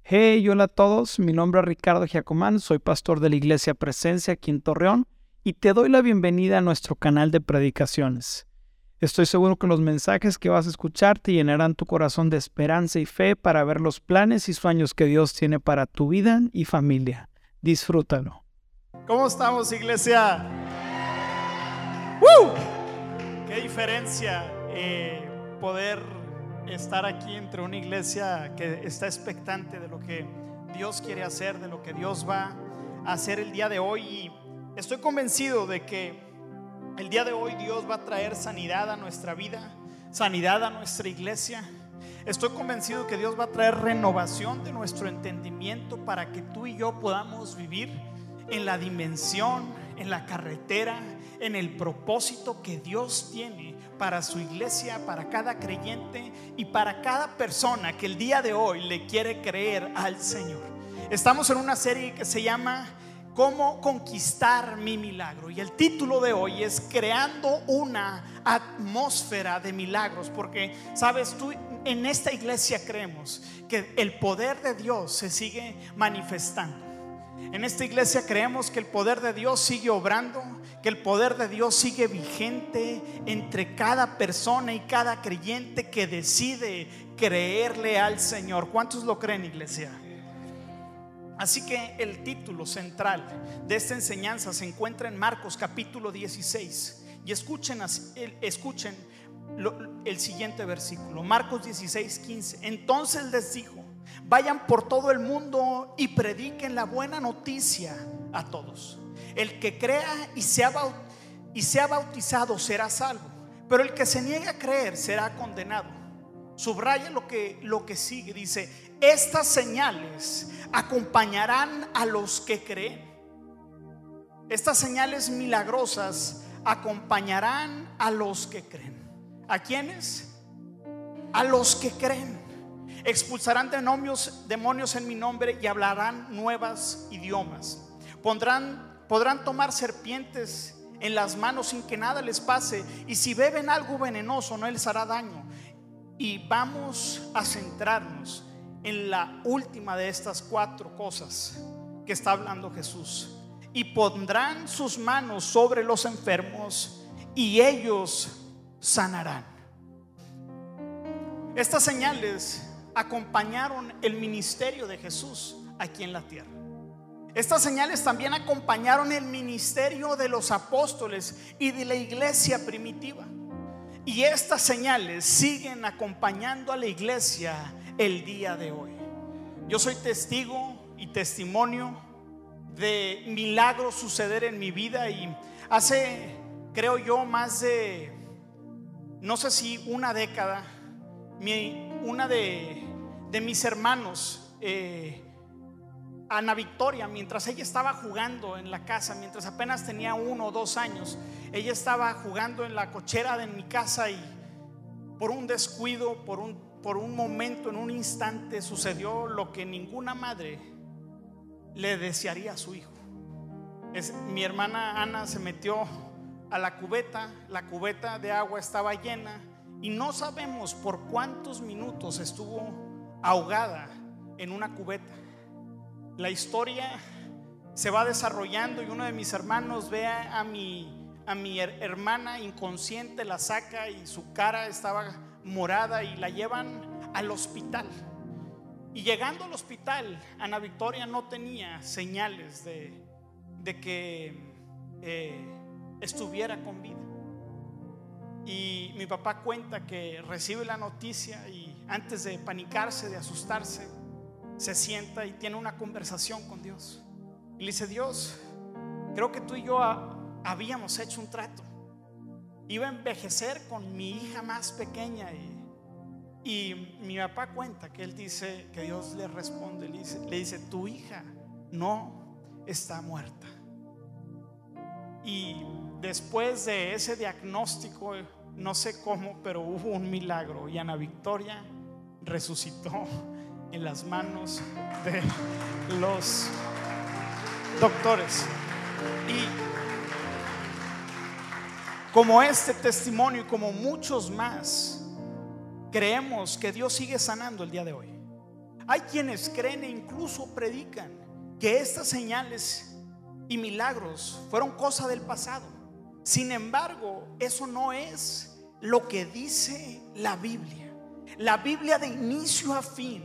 Hey, hola a todos, mi nombre es Ricardo Giacomán, soy pastor de la Iglesia Presencia aquí en Torreón y te doy la bienvenida a nuestro canal de predicaciones. Estoy seguro que los mensajes que vas a escuchar te llenarán tu corazón de esperanza y fe para ver los planes y sueños que Dios tiene para tu vida y familia. Disfrútalo. ¿Cómo estamos, iglesia? ¡Woo! Qué diferencia poder estar aquí entre una iglesia que está expectante de lo que Dios quiere hacer, de lo que Dios va a hacer el día de hoy. Y estoy convencido de que el día de hoy Dios va a traer sanidad a nuestra vida, sanidad a nuestra iglesia. Estoy convencido que Dios va a traer renovación de nuestro entendimiento para que tú y yo podamos vivir en la dimensión, en la carretera, en el propósito que Dios tiene para su iglesia, para cada creyente y para cada persona que el día de hoy le quiere creer al Señor. Estamos en una serie que se llama ¿Cómo conquistar mi milagro? Y el título de hoy es Creando una atmósfera de milagros. Porque, sabes, tú en esta iglesia creemos que el poder de Dios se sigue manifestando. En esta iglesia creemos que el poder de Dios sigue obrando, que el poder de Dios sigue vigente entre cada persona y cada creyente que decide creerle al Señor. ¿Cuántos lo creen, iglesia? Así que el título central de esta enseñanza se encuentra en Marcos capítulo 16. Y escuchen el siguiente versículo, Marcos 16:15. Entonces les dijo: vayan por todo el mundo y prediquen la buena noticia a todos. El que crea y sea bautizado será salvo, pero el que se niegue a creer será condenado. Subraya lo que sigue. Dice: estas señales acompañarán a los que creen. Estas señales milagrosas acompañarán a los que creen. ¿A quiénes? A los que creen. Expulsarán demonios en mi nombre y hablarán nuevos idiomas. Podrán tomar serpientes en las manos sin que nada les pase, y si beben algo venenoso no les hará daño. Y vamos a centrarnos en la última de estas 4 cosas que está hablando Jesús. Y pondrán sus manos sobre los enfermos y ellos sanarán. Estas señales acompañaron el ministerio de Jesús aquí en la tierra. Estas señales también acompañaron el ministerio de los apóstoles y de la iglesia primitiva. Y estas señales siguen acompañando a la iglesia el día de hoy. Yo soy testigo y testimonio de milagros suceder en mi vida. Y hace, creo yo, más de, no sé si una década, una de mis hermanos, Ana Victoria, mientras ella estaba jugando en la casa, mientras apenas tenía 1 o 2 años, ella estaba jugando en la cochera de mi casa, y por un descuido, por un momento, en un instante, sucedió lo que ninguna madre le desearía a su hijo. Mi hermana Ana se metió a la cubeta de agua estaba llena, y no sabemos por cuántos minutos estuvo ahogada en una cubeta. La historia se va desarrollando, y uno de mis hermanos ve a mi hermana inconsciente, la saca y su cara estaba morada, y la llevan al hospital. Y llegando al hospital, Ana Victoria no tenía señales de que estuviera con vida. Y mi papá cuenta que recibe la noticia, y antes de panicarse, de asustarse, se sienta y tiene una conversación con Dios. Y le dice: Dios, creo que tú y yo habíamos hecho un trato. Iba a envejecer con mi hija más pequeña. Y mi papá cuenta que él dice que Dios le responde, le dice: tu hija no está muerta. Y después de ese diagnóstico, no sé cómo, pero hubo un milagro, y Ana Victoria resucitó en las manos de los doctores. Y como este testimonio y como muchos más, creemos que Dios sigue sanando el día de hoy. Hay quienes creen e incluso predican que estas señales y milagros fueron cosa del pasado. Sin embargo, eso no es lo que dice la Biblia. La Biblia de inicio a fin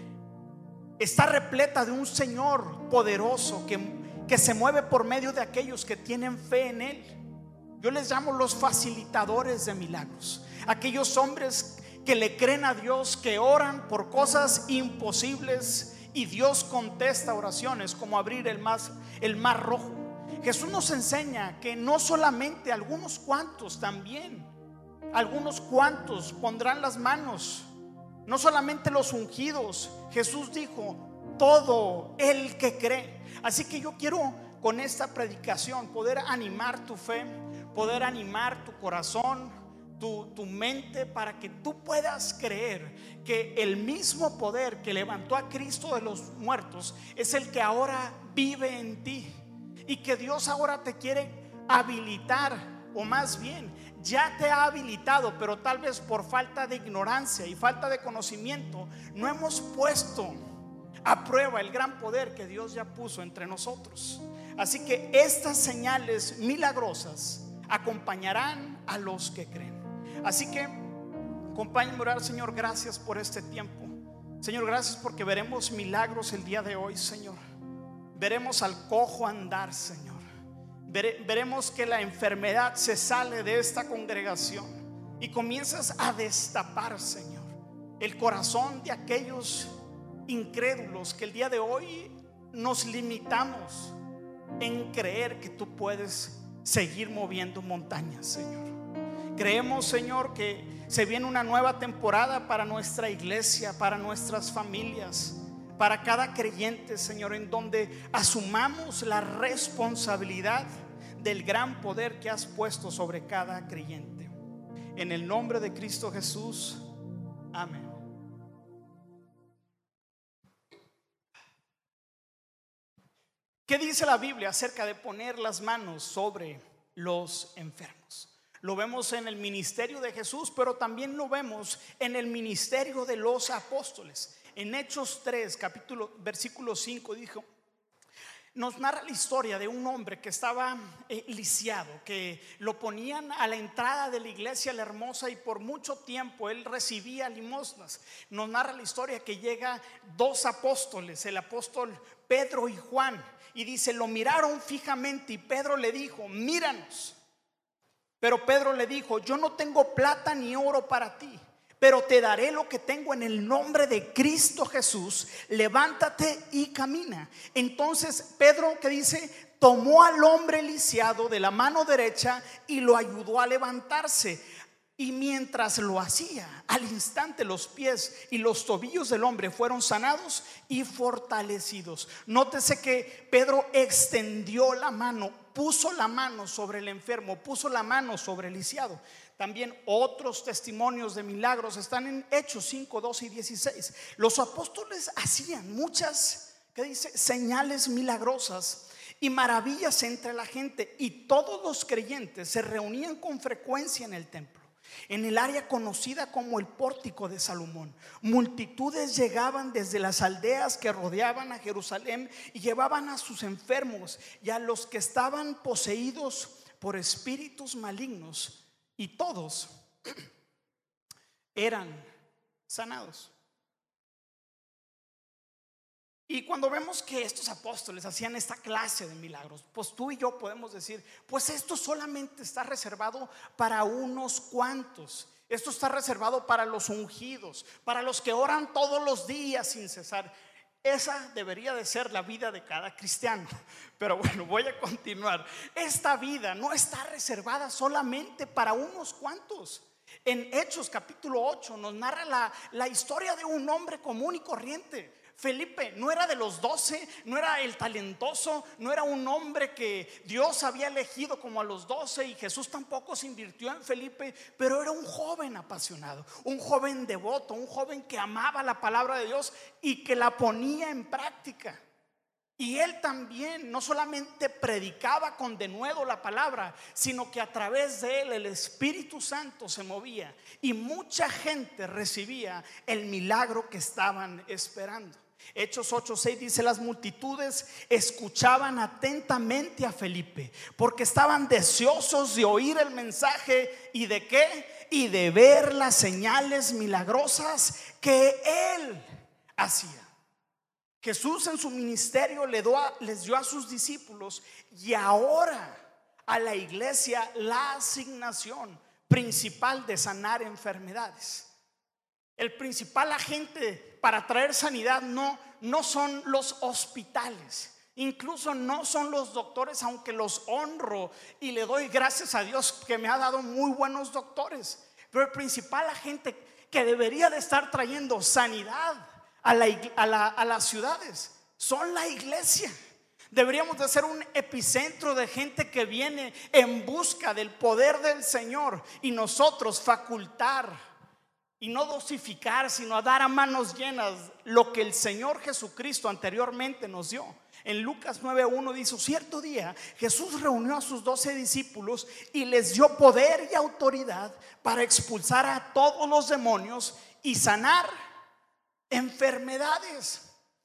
está repleta de un Señor poderoso que se mueve por medio de aquellos que tienen fe en Él. Yo les llamo los facilitadores de milagros, aquellos hombres que le creen a Dios, que oran por cosas imposibles y Dios contesta oraciones, como abrir el mar rojo. Jesús nos enseña que no solamente algunos cuantos, también algunos cuantos pondrán las manos, no solamente los ungidos. Jesús dijo: todo el que cree. Así que yo quiero con esta predicación poder animar tu fe, poder animar tu corazón, tu mente, para que tú puedas creer que el mismo poder que levantó a Cristo de los muertos es el que ahora vive en ti, y que Dios ahora te quiere habilitar, o más bien ya te ha habilitado, pero tal vez por falta de ignorancia y falta de conocimiento no hemos puesto a prueba el gran poder que Dios ya puso entre nosotros. Así que estas señales milagrosas acompañarán a los que creen. Así que acompáñenme a orar. Señor, gracias por este tiempo. Señor, gracias porque veremos milagros el día de hoy, Señor. Veremos al cojo andar, Señor. Veremos que la enfermedad se sale de esta congregación y comienzas a destapar, Señor, el corazón de aquellos incrédulos que el día de hoy nos limitamos en creer que tú puedes seguir moviendo montañas, Señor. Creemos, Señor, que se viene una nueva temporada para nuestra iglesia, para nuestras familias, para cada creyente, Señor, en donde asumamos la responsabilidad del gran poder que has puesto sobre cada creyente. En el nombre de Cristo Jesús, amén. ¿Qué dice la Biblia acerca de poner las manos sobre los enfermos? Lo vemos en el ministerio de Jesús, pero también lo vemos en el ministerio de los apóstoles. En Hechos 3, versículo 5 dijo, nos narra la historia de un hombre que estaba lisiado, que lo ponían a la entrada de la iglesia La Hermosa, y por mucho tiempo él recibía limosnas. Nos narra la historia que llega dos apóstoles, el apóstol Pedro y Juan, y dice: lo miraron fijamente y Pedro le dijo: míranos. Pero Pedro le dijo: yo no tengo plata ni oro para ti, pero te daré lo que tengo. En el nombre de Cristo Jesús, levántate y camina. Entonces Pedro, que dice, tomó al hombre lisiado de la mano derecha y lo ayudó a levantarse. Y mientras lo hacía, al instante los pies y los tobillos del hombre fueron sanados y fortalecidos. Nótese que Pedro extendió la mano, puso la mano sobre el enfermo, puso la mano sobre el lisiado. También otros testimonios de milagros están en Hechos 5, 12 y 16. Los apóstoles hacían muchas, ¿qué dice?, señales milagrosas y maravillas entre la gente, y todos los creyentes se reunían con frecuencia en el templo, en el área conocida como el Pórtico de Salomón. Multitudes llegaban desde las aldeas que rodeaban a Jerusalén y llevaban a sus enfermos y a los que estaban poseídos por espíritus malignos, y todos eran sanados. Y cuando vemos que estos apóstoles hacían esta clase de milagros, pues tú y yo podemos decir: pues esto solamente está reservado para unos cuantos. Esto está reservado para los ungidos, para los que oran todos los días sin cesar. Esa debería de ser la vida de cada cristiano. Pero bueno, voy a continuar. Esta vida no está reservada solamente para unos cuantos. En Hechos capítulo 8 nos narra la historia de un hombre común y corriente. Felipe no era de los 12, no era el talentoso, no era un hombre que Dios había elegido como a los 12, y Jesús tampoco se invirtió en Felipe, pero era un joven apasionado, un joven devoto, un joven que amaba la palabra de Dios y que la ponía en práctica. Y él también no solamente predicaba con denuedo la palabra, sino que a través de él el Espíritu Santo se movía y mucha gente recibía el milagro que estaban esperando. Hechos 8:6 dice: las multitudes escuchaban atentamente a Felipe, porque estaban deseosos de oír el mensaje. ¿Y de qué? Y de ver las señales milagrosas que él hacía. Jesús en su ministerio les dio a sus discípulos y ahora a la iglesia la asignación principal de sanar enfermedades. El principal agente para traer sanidad no son los hospitales, incluso no son los doctores, aunque los honro y le doy gracias a Dios que me ha dado muy buenos doctores. Pero el principal agente que debería de estar trayendo sanidad a las ciudades son la iglesia. Deberíamos de ser un epicentro de gente que viene en busca del poder del Señor, y nosotros facultar y no dosificar, sino a dar a manos llenas lo que el Señor Jesucristo anteriormente nos dio. En Lucas 9:1 dice: cierto día Jesús reunió a sus 12 discípulos y les dio poder y autoridad para expulsar a todos los demonios y sanar enfermedades.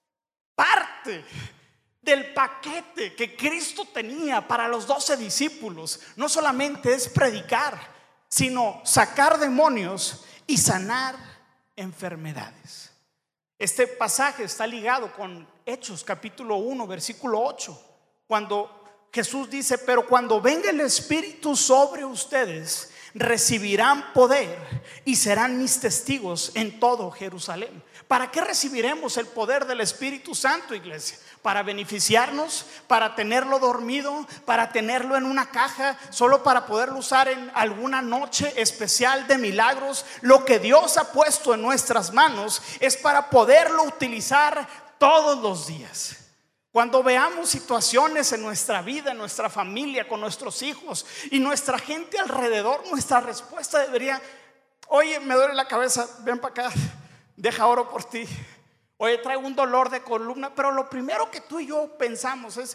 Parte del paquete que Cristo tenía para los 12 discípulos no solamente es predicar, sino sacar demonios y sanar enfermedades. Este pasaje está ligado con Hechos capítulo 1 versículo 8, cuando Jesús dice: pero cuando venga el Espíritu sobre ustedes, recibirán poder y serán mis testigos en todo Jerusalén. ¿Para qué recibiremos el poder del Espíritu Santo, iglesia? ¿Para beneficiarnos? ¿Para tenerlo dormido? ¿Para tenerlo en una caja solo para poderlo usar en alguna noche especial de milagros? Lo que Dios ha puesto en nuestras manos es para poderlo utilizar todos los días. Cuando veamos situaciones en nuestra vida, en nuestra familia, con nuestros hijos y nuestra gente alrededor, nuestra respuesta debería: oye, me duele la cabeza, ven para acá, deja oro por ti. Oye, traigo un dolor de columna. Pero lo primero que tú y yo pensamos es: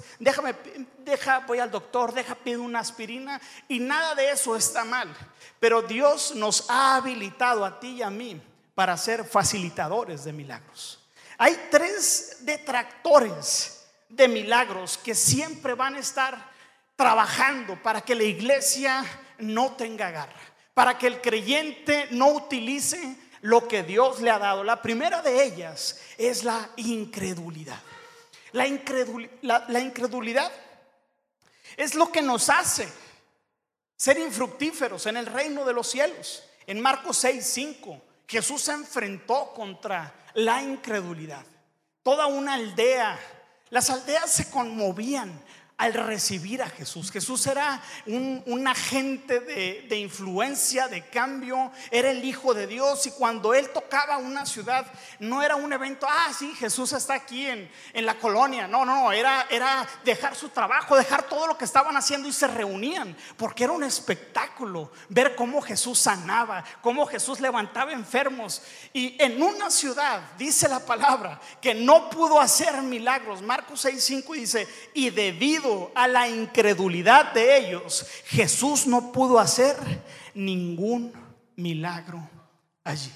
voy al doctor, pido una aspirina. Y nada de eso está mal. Pero Dios nos ha habilitado a ti y a mí para ser facilitadores de milagros. Hay 3 detractores de milagros que siempre van a estar trabajando para que la iglesia no tenga garra, para que el creyente no utilice lo que Dios le ha dado. La primera de ellas es la incredulidad. La incredulidad es lo que nos hace ser infructíferos en el reino de los cielos. En Marcos 6:5 Jesús se enfrentó contra la incredulidad. Toda una aldea, las aldeas se conmovían al recibir a Jesús. Jesús era un agente de influencia, de cambio. Era el Hijo de Dios, y cuando él tocaba una ciudad, no era un evento: sí, Jesús está aquí en la colonia. No, era dejar su trabajo, dejar todo lo que estaban haciendo, y se reunían porque era un espectáculo ver cómo Jesús sanaba, cómo Jesús levantaba enfermos. Y en una ciudad, dice la palabra, que no pudo hacer milagros. Marcos 6:5 dice: y debido a la incredulidad de ellos, Jesús no pudo hacer ningún milagro allí.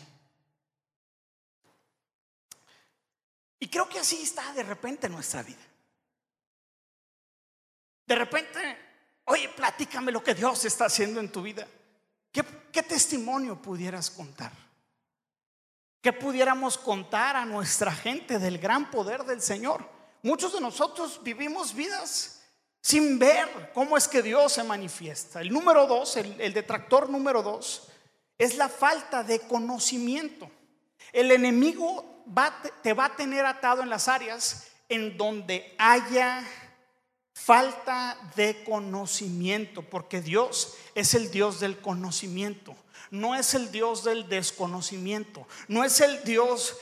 Y creo que así está de repente en nuestra vida. De repente: oye, platícame lo que Dios está haciendo en tu vida. ¿Qué testimonio pudieras contar? ¿Qué pudiéramos contar a nuestra gente del gran poder del Señor? Muchos de nosotros vivimos vidas sin ver cómo es que Dios se manifiesta. El número 2, el detractor número 2, es la falta de conocimiento. El enemigo te va a tener atado en las áreas en donde haya falta de conocimiento, porque Dios es el Dios del conocimiento, no es el Dios del desconocimiento, no es el Dios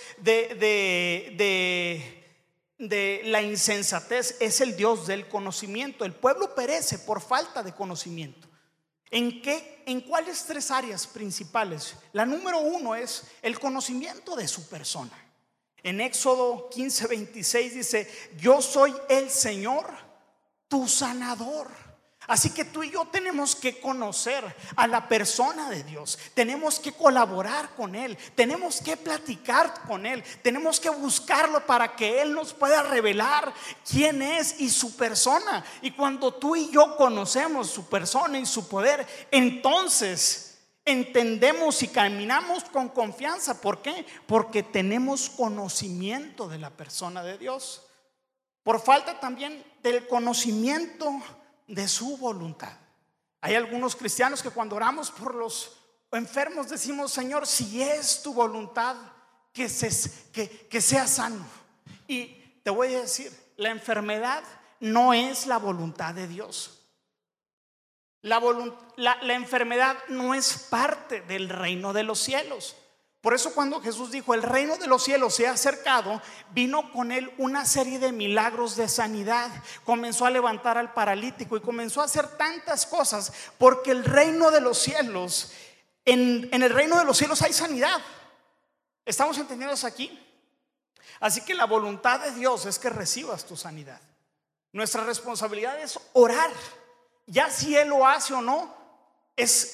de la insensatez, es el Dios del conocimiento. El pueblo perece por falta de conocimiento. ¿En cuáles 3 áreas principales? La número 1 es el conocimiento de su persona. En Éxodo 15:26 dice: yo soy el Señor, tu sanador. Así que tú y yo tenemos que conocer a la persona de Dios, tenemos que colaborar con Él, tenemos que platicar con Él, tenemos que buscarlo para que Él nos pueda revelar quién es y su persona. Y cuando tú y yo conocemos su persona y su poder, entonces entendemos y caminamos con confianza. ¿Por qué? Porque tenemos conocimiento de la persona de Dios. Por falta también del conocimiento de su voluntad. Hay algunos cristianos que cuando oramos por los enfermos decimos: Señor, si es tu voluntad que sea sano. Y te voy a decir, la enfermedad no es la voluntad de Dios. La enfermedad no es parte del reino de los cielos. Por eso cuando Jesús dijo: el reino de los cielos se ha acercado, vino con él una serie de milagros de sanidad. Comenzó a levantar al paralítico y comenzó a hacer tantas cosas, porque el reino de los cielos, en el reino de los cielos hay sanidad. ¿Estamos entendidos aquí? Así que la voluntad de Dios es que recibas tu sanidad. Nuestra responsabilidad es orar. Ya si Él lo hace o no, es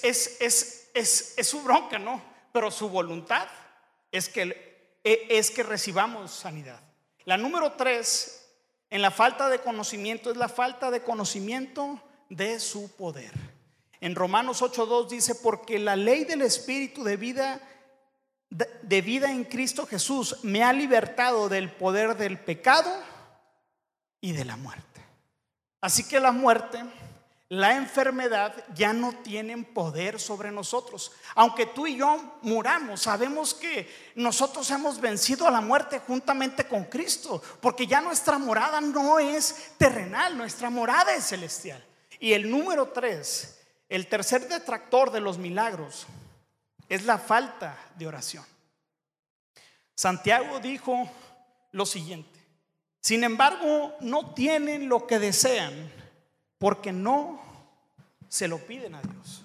su bronca, ¿no? Pero su voluntad es que recibamos sanidad. La número 3 en la falta de conocimiento es la falta de conocimiento de su poder. En Romanos 8:2 dice: porque la ley del Espíritu de vida en Cristo Jesús me ha libertado del poder del pecado y de la muerte. Así que la muerte, la enfermedad ya no tienen poder sobre nosotros. Aunque tú y yo muramos, sabemos que nosotros hemos vencido a la muerte juntamente con Cristo, porque ya nuestra morada no es terrenal, nuestra morada es celestial. Y el número 3, el tercer detractor de los milagros, es la falta de oración. Santiago dijo lo siguiente: sin embargo, no tienen lo que desean, porque no se lo piden a Dios.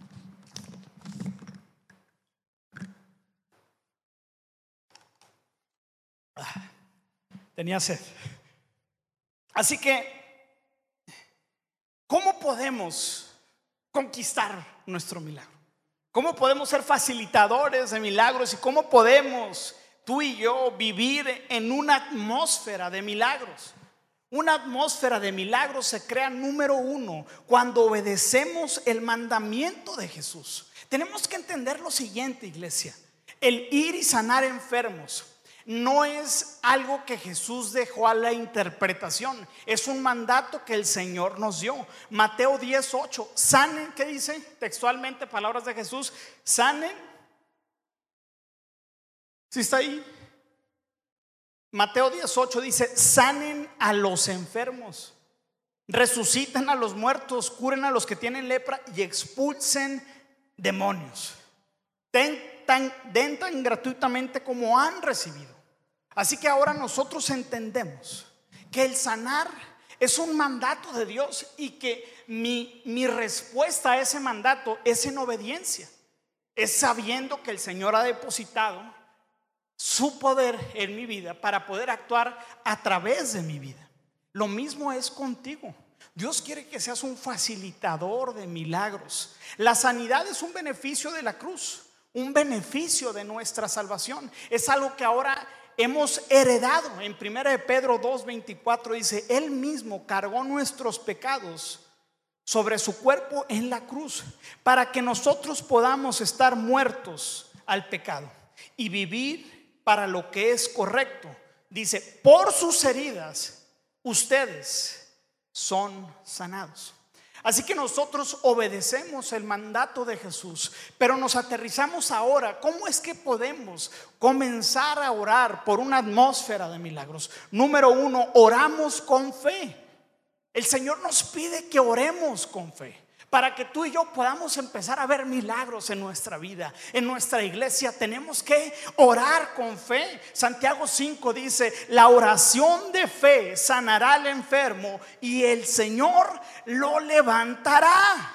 Tenía sed. Así que, ¿cómo podemos conquistar nuestro milagro? ¿Cómo podemos ser facilitadores de milagros? ¿Y cómo podemos tú y yo vivir en una atmósfera de milagros? Una atmósfera de milagros se crea, número 1, cuando obedecemos el mandamiento de Jesús. Tenemos que entender lo siguiente, iglesia: el ir y sanar enfermos no es algo que Jesús dejó a la interpretación, es un mandato que el Señor nos dio. Mateo 10:8, sanen, ¿qué dice textualmente? Palabras de Jesús: sanen. ¿Sí está ahí? Mateo 10:8 dice: sanen a los enfermos, resuciten a los muertos, curen a los que tienen lepra y expulsen demonios. Den tan gratuitamente como han recibido. Así que ahora nosotros entendemos que el sanar es un mandato de Dios y que mi respuesta a ese mandato es en obediencia, es sabiendo que el Señor ha depositado su poder en mi vida para poder actuar a través de mi vida. Lo mismo es contigo. Dios quiere que seas un facilitador de milagros. La sanidad es un beneficio de la cruz, un beneficio de nuestra salvación. Es algo que ahora hemos heredado. En 1 Pedro 2:24 dice: Él mismo cargó nuestros pecados sobre su cuerpo en la cruz, para que nosotros podamos estar muertos al pecado y vivir para lo que es correcto. Dice: por sus heridas ustedes son sanados. Así que nosotros obedecemos el mandato de Jesús, pero nos aterrizamos ahora. ¿Cómo es que podemos comenzar a orar por una atmósfera de milagros? Número 1, oramos con fe. El Señor nos pide que oremos con fe, para que tú y yo podamos empezar a ver milagros en nuestra vida, en nuestra iglesia. Tenemos que orar con fe. Santiago 5 dice: la oración de fe sanará al enfermo y el Señor lo levantará.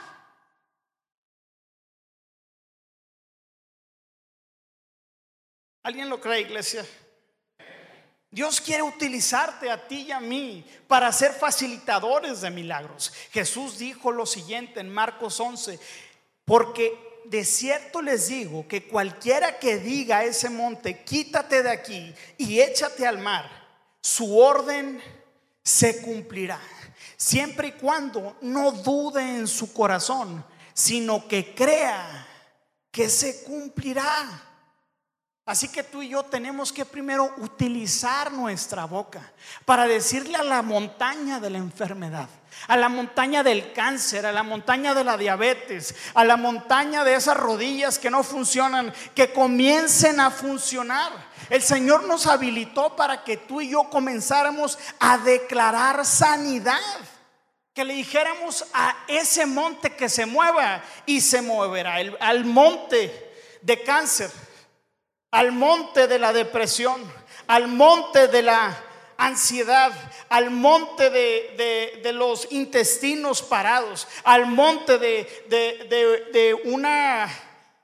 ¿Alguien lo cree, iglesia? Dios quiere utilizarte a ti y a mí para ser facilitadores de milagros. Jesús dijo lo siguiente en Marcos 11: porque de cierto les digo que cualquiera que diga a ese monte, quítate de aquí y échate al mar, su orden se cumplirá, siempre y cuando no dude en su corazón, sino que crea que se cumplirá. Así que tú y yo tenemos que primero utilizar nuestra boca para decirle a la montaña de la enfermedad, a la montaña del cáncer, a la montaña de la diabetes, a la montaña de esas rodillas que no funcionan, que comiencen a funcionar. El Señor nos habilitó para que tú y yo comenzáramos a declarar sanidad, que le dijéramos a ese monte que se mueva y se moverá. Al monte de cáncer, al monte de la depresión, al monte de la ansiedad, al monte de los intestinos parados, al monte de una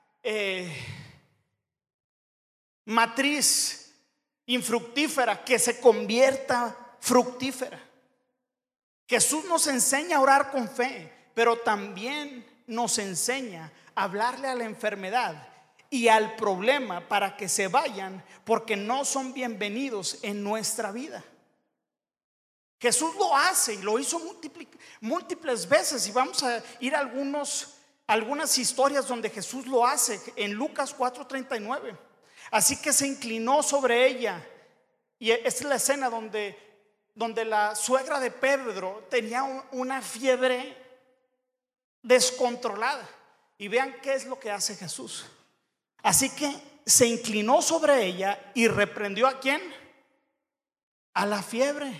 matriz infructífera que se convierta fructífera. Jesús nos enseña a orar con fe, pero también nos enseña a hablarle a la enfermedad y al problema para que se vayan, porque no son bienvenidos en nuestra vida. Jesús lo hace y lo hizo múltiples veces, y vamos a ir a algunas historias donde Jesús lo hace. En Lucas 4:39, así que se inclinó sobre ella, y esta es la escena donde la suegra de Pedro tenía una fiebre descontrolada, y vean qué es lo que hace Jesús. Así que se inclinó sobre ella y reprendió ¿a quién? A la fiebre,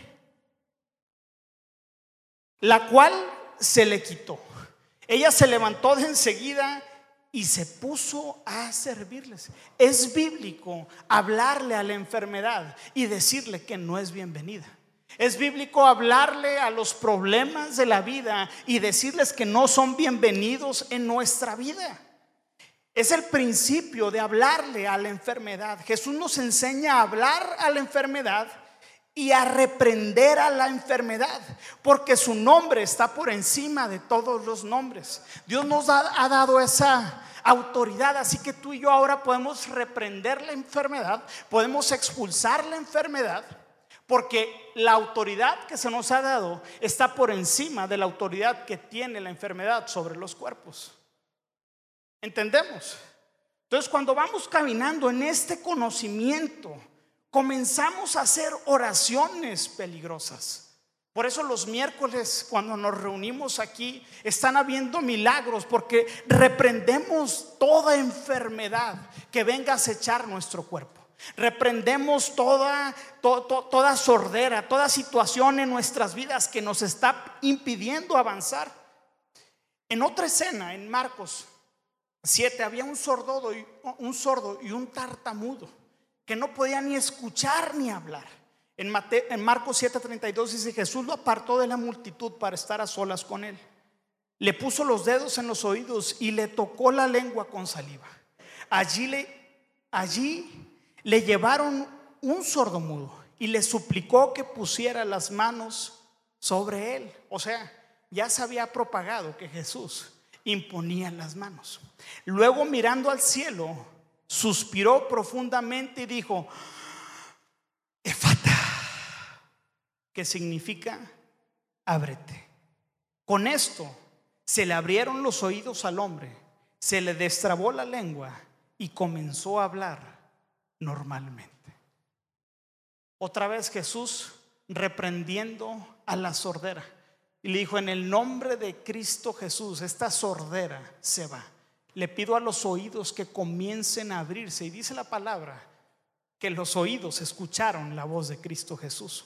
la cual se le quitó. Ella se levantó de enseguida y se puso a servirles. Es bíblico hablarle a la enfermedad y decirle que no es bienvenida. Es bíblico hablarle a los problemas de la vida y decirles que no son bienvenidos en nuestra vida. Es el principio de hablarle a la enfermedad. Jesús nos enseña a hablar a la enfermedad y a reprender a la enfermedad, porque su nombre está por encima de todos los nombres. Dios nos ha dado esa autoridad, así que tú y yo ahora podemos reprender la enfermedad, podemos expulsar la enfermedad, porque la autoridad que se nos ha dado está por encima de la autoridad que tiene la enfermedad sobre los cuerpos. ¿Entendemos? Entonces, cuando vamos caminando en este conocimiento, comenzamos a hacer oraciones peligrosas. Por eso los miércoles, cuando nos reunimos aquí, están habiendo milagros, porque reprendemos toda enfermedad que venga a acechar nuestro cuerpo. Reprendemos toda sordera, toda situación en nuestras vidas que nos está impidiendo avanzar. En otra escena, en Marcos 7, había un sordo y un tartamudo que no podía ni escuchar ni hablar. En Marcos 7:32 dice: Jesús lo apartó de la multitud para estar a solas con él. Le puso los dedos en los oídos y le tocó la lengua con saliva. Allí le llevaron un sordomudo y le suplicó que pusiera las manos sobre él. O sea, ya se había propagado que Jesús imponía las manos. Luego, mirando al cielo, suspiró profundamente y dijo: Efata, que significa ábrete. Con esto se le abrieron los oídos al hombre, se le destrabó la lengua y comenzó a hablar normalmente. Otra vez Jesús reprendiendo a la sordera, y le dijo: en el nombre de Cristo Jesús, esta sordera se va. Le pido a los oídos que comiencen a abrirse. Y dice la palabra que los oídos escucharon la voz de Cristo Jesús.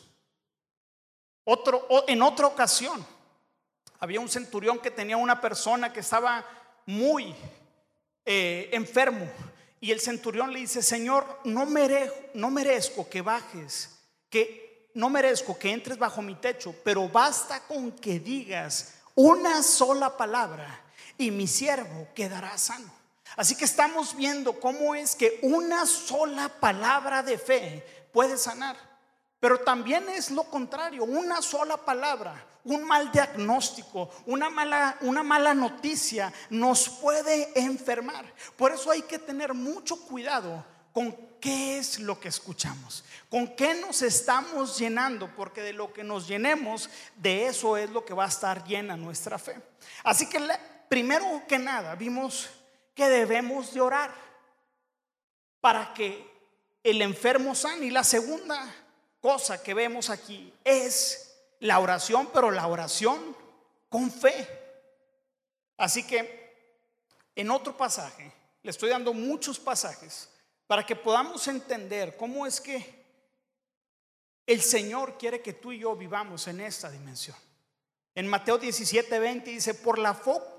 En otra ocasión, había un centurión que tenía una persona que estaba muy enfermo. Y el centurión le dice: Señor, no merezco que bajes, no merezco que entres bajo mi techo, pero basta con que digas una sola palabra y mi siervo quedará sano. Así que estamos viendo cómo es que una sola palabra de fe puede sanar. Pero también es lo contrario, una sola palabra, un mal diagnóstico, una mala noticia nos puede enfermar. Por eso hay que tener mucho cuidado con qué es lo que escuchamos, con qué nos estamos llenando, porque de lo que nos llenemos, de eso es lo que va a estar llena nuestra fe. Así que primero que nada vimos que debemos de orar para que el enfermo sane. Y la segunda cosa que vemos aquí es la oración, pero la oración con fe. Así que en otro pasaje, le estoy dando muchos pasajes para que podamos entender cómo es que el Señor quiere que tú y yo vivamos en esta dimensión. En Mateo 17:20 dice, por la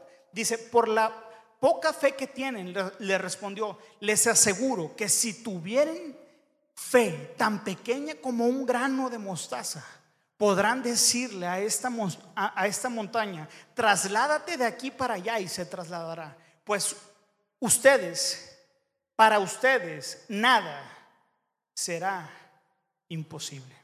poca fe que tienen, le respondió, les aseguro que si tuvieren fe tan pequeña como un grano de mostaza, podrán decirle a esta montaña, trasládate de aquí para allá, y se trasladará. Pues para ustedes nada será imposible.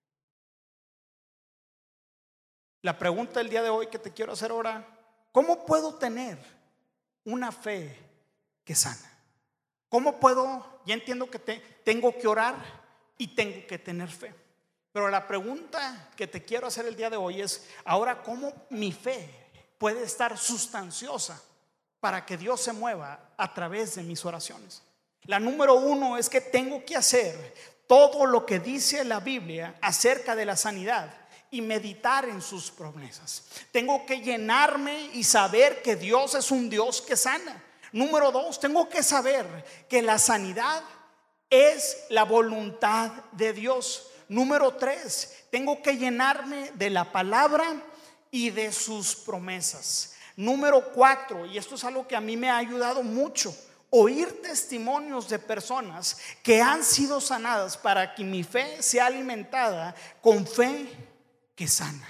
La pregunta del día de hoy que te quiero hacer ahora: ¿cómo puedo tener una fe que sana? ¿Cómo puedo? Ya entiendo que tengo que orar y tengo que tener fe, pero la pregunta que te quiero hacer el día de hoy es: ahora, ¿cómo mi fe puede estar sustanciosa para que Dios se mueva a través de mis oraciones? La número uno es que tengo que hacer todo lo que dice la Biblia acerca de la sanidad y meditar en sus promesas. Tengo que llenarme y saber que Dios es un Dios que sana. Número dos, tengo que saber que la sanidad es la voluntad de Dios. Número tres, tengo que llenarme de la palabra y de sus promesas. Número cuatro, y esto es algo que a mí me ha ayudado mucho, oír testimonios de personas que han sido sanadas para que mi fe sea alimentada con fe que sana.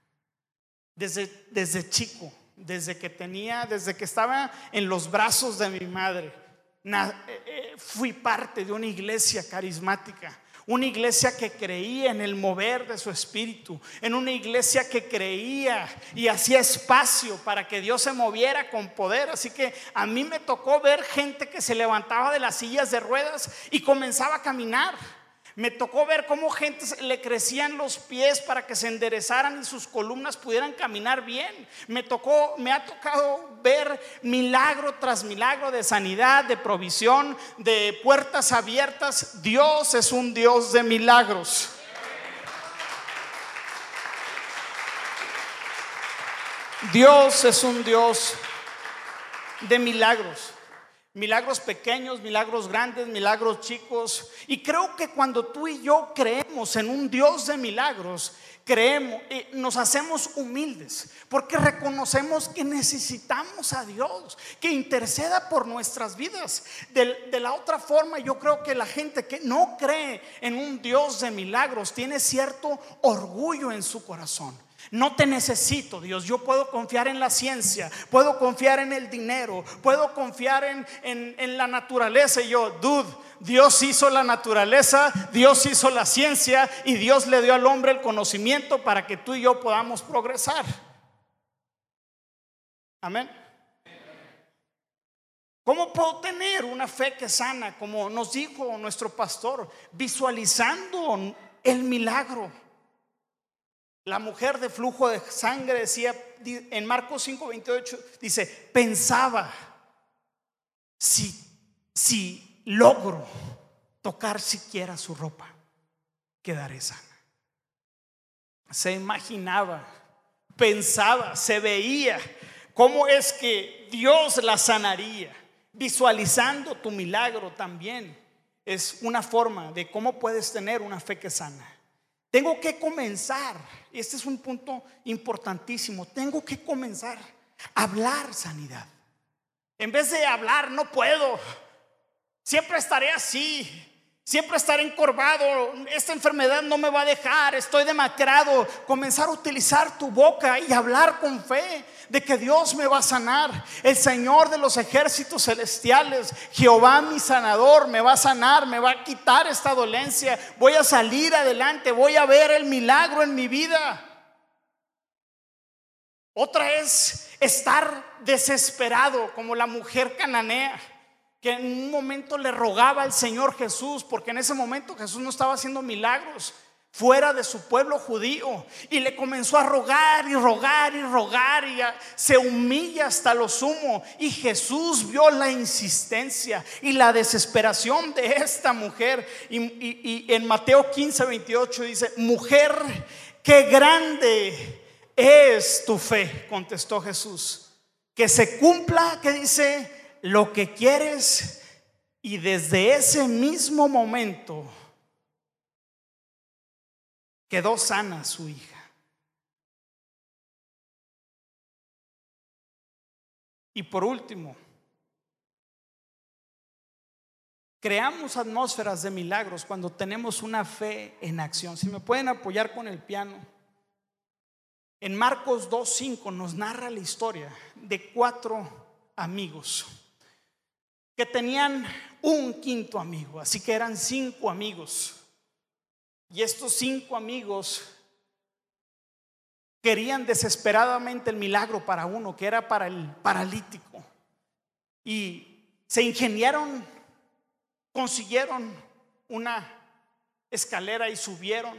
Desde chico, desde que estaba en los brazos de mi madre, fui parte de una iglesia carismática, una iglesia que creía en el mover de su espíritu, en una iglesia que creía y hacía espacio para que Dios se moviera con poder. Así que a mí me tocó ver gente que se levantaba de las sillas de ruedas y comenzaba a caminar. Me tocó ver cómo gente le crecían los pies para que se enderezaran y sus columnas pudieran caminar bien. Me ha tocado ver milagro tras milagro de sanidad, de provisión, de puertas abiertas. Dios es un Dios de milagros. Dios es un Dios de milagros. Milagros pequeños, milagros grandes, milagros chicos. Y creo que cuando tú y yo creemos en un Dios de milagros, nos hacemos humildes, porque reconocemos que necesitamos a Dios que interceda por nuestras vidas. De la otra forma, yo creo que la gente que no cree en un Dios de milagros tiene cierto orgullo en su corazón. No te necesito, Dios. Yo puedo confiar en la ciencia, puedo confiar en el dinero, puedo confiar en la naturaleza. Y Dios hizo la naturaleza, Dios hizo la ciencia, y Dios le dio al hombre el conocimiento para que tú y yo podamos progresar. Amén. ¿Cómo puedo tener una fe que sana? Como nos dijo nuestro pastor, visualizando el milagro. La mujer de flujo de sangre decía en Marcos 5:28, dice: pensaba, si logro tocar siquiera su ropa, quedaré sana. Se imaginaba, pensaba, se veía cómo es que Dios la sanaría. Visualizando tu milagro también es una forma de cómo puedes tener una fe que sana. Tengo que comenzar, este es un punto importantísimo, tengo que comenzar a hablar sanidad. En vez de hablar, no puedo, siempre estaré así, siempre estar encorvado, esta enfermedad no me va a dejar, estoy demacrado. Comenzar a utilizar tu boca y hablar con fe de que Dios me va a sanar. El Señor de los ejércitos celestiales, Jehová mi sanador, me va a sanar, me va a quitar esta dolencia. Voy a salir adelante, voy a ver el milagro en mi vida. Otra es estar desesperado, como la mujer cananea, que en un momento le rogaba al Señor Jesús, porque en ese momento Jesús no estaba haciendo milagros fuera de su pueblo judío, y le comenzó a rogar y rogar y rogar, y se humilla hasta lo sumo. Y Jesús vio la insistencia y la desesperación de esta mujer, y en Mateo 15:28 dice: mujer, qué grande es tu fe, contestó Jesús, que se cumpla, que dice, lo que quieres. Y desde ese mismo momento quedó sana su hija. Y por último, creamos atmósferas de milagros cuando tenemos una fe en acción. Si me pueden apoyar con el piano. En Marcos 2:5 nos narra la historia de 4 amigos que tenían un quinto amigo, así que eran 5 amigos. Y estos 5 amigos querían desesperadamente el milagro para uno, que era para el paralítico. Y se ingeniaron, consiguieron una escalera y subieron,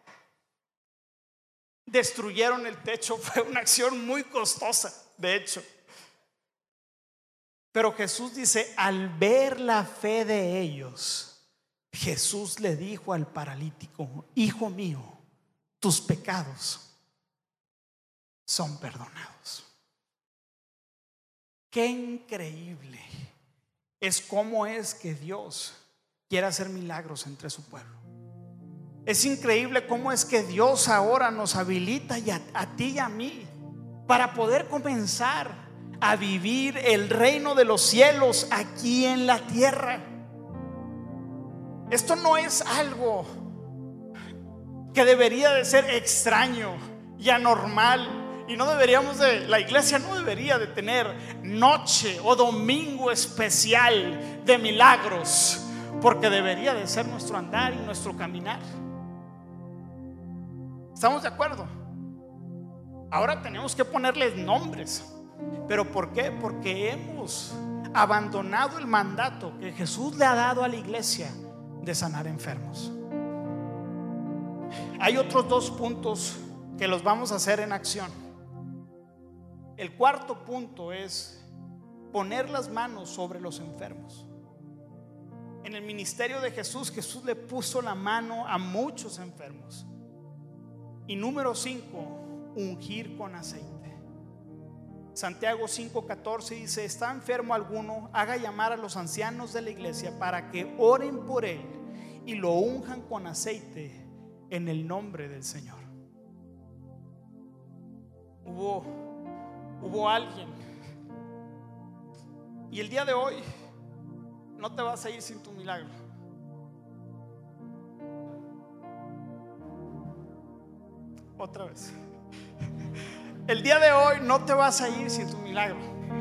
destruyeron el techo. Fue una acción muy costosa, de hecho. Pero Jesús dice, al ver la fe de ellos, Jesús le dijo al paralítico: hijo mío, tus pecados son perdonados. Qué increíble es cómo es que Dios quiere hacer milagros entre su pueblo. Es increíble cómo es que Dios ahora nos habilita a ti y a mí para poder comenzar a vivir el reino de los cielos aquí en la tierra. Esto no es algo que debería de ser extraño y anormal, y no deberíamos la iglesia no debería de tener noche o domingo especial de milagros, porque debería de ser nuestro andar y nuestro caminar. ¿Estamos de acuerdo? Ahora tenemos que ponerles nombres. ¿Pero por qué? Porque hemos abandonado el mandato que Jesús le ha dado a la iglesia de sanar enfermos. Hay otros 2 puntos que los vamos a hacer en acción. El cuarto punto es poner las manos sobre los enfermos. En el ministerio de Jesús, Jesús le puso la mano a muchos enfermos. Y número 5, ungir con aceite. Santiago 5:14 dice: ¿está enfermo alguno? Haga llamar a los ancianos de la iglesia para que oren por él y lo unjan con aceite en el nombre del Señor. Hubo alguien, y el día de hoy no te vas a ir sin tu milagro. Otra vez. El día de hoy no te vas a ir sin tu milagro.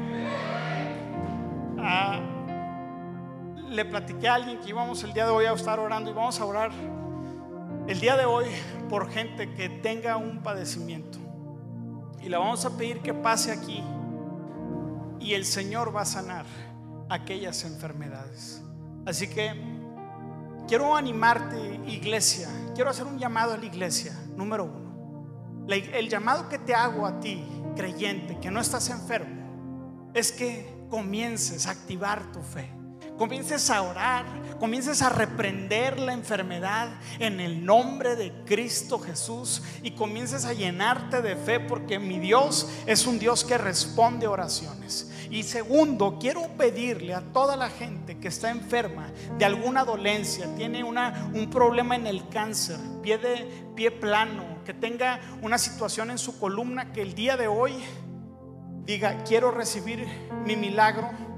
Le platiqué a alguien que íbamos el día de hoy a estar orando, y vamos a orar el día de hoy por gente que tenga un padecimiento, y le vamos a pedir que pase aquí, y el Señor va a sanar aquellas enfermedades. Así que quiero animarte, iglesia. Quiero hacer un llamado a la iglesia. Número 1, el llamado que te hago a ti, creyente, que no estás enfermo, es que comiences a activar tu fe. Comiences a orar, comiences a reprender la enfermedad en el nombre de Cristo Jesús, y comiences a llenarte de fe, porque mi Dios es un Dios que responde oraciones. Y segundo, quiero pedirle a toda la gente que está enferma de alguna dolencia, tiene un problema en el cáncer, pie plano, que tenga una situación en su columna, que el día de hoy diga: quiero recibir mi milagro.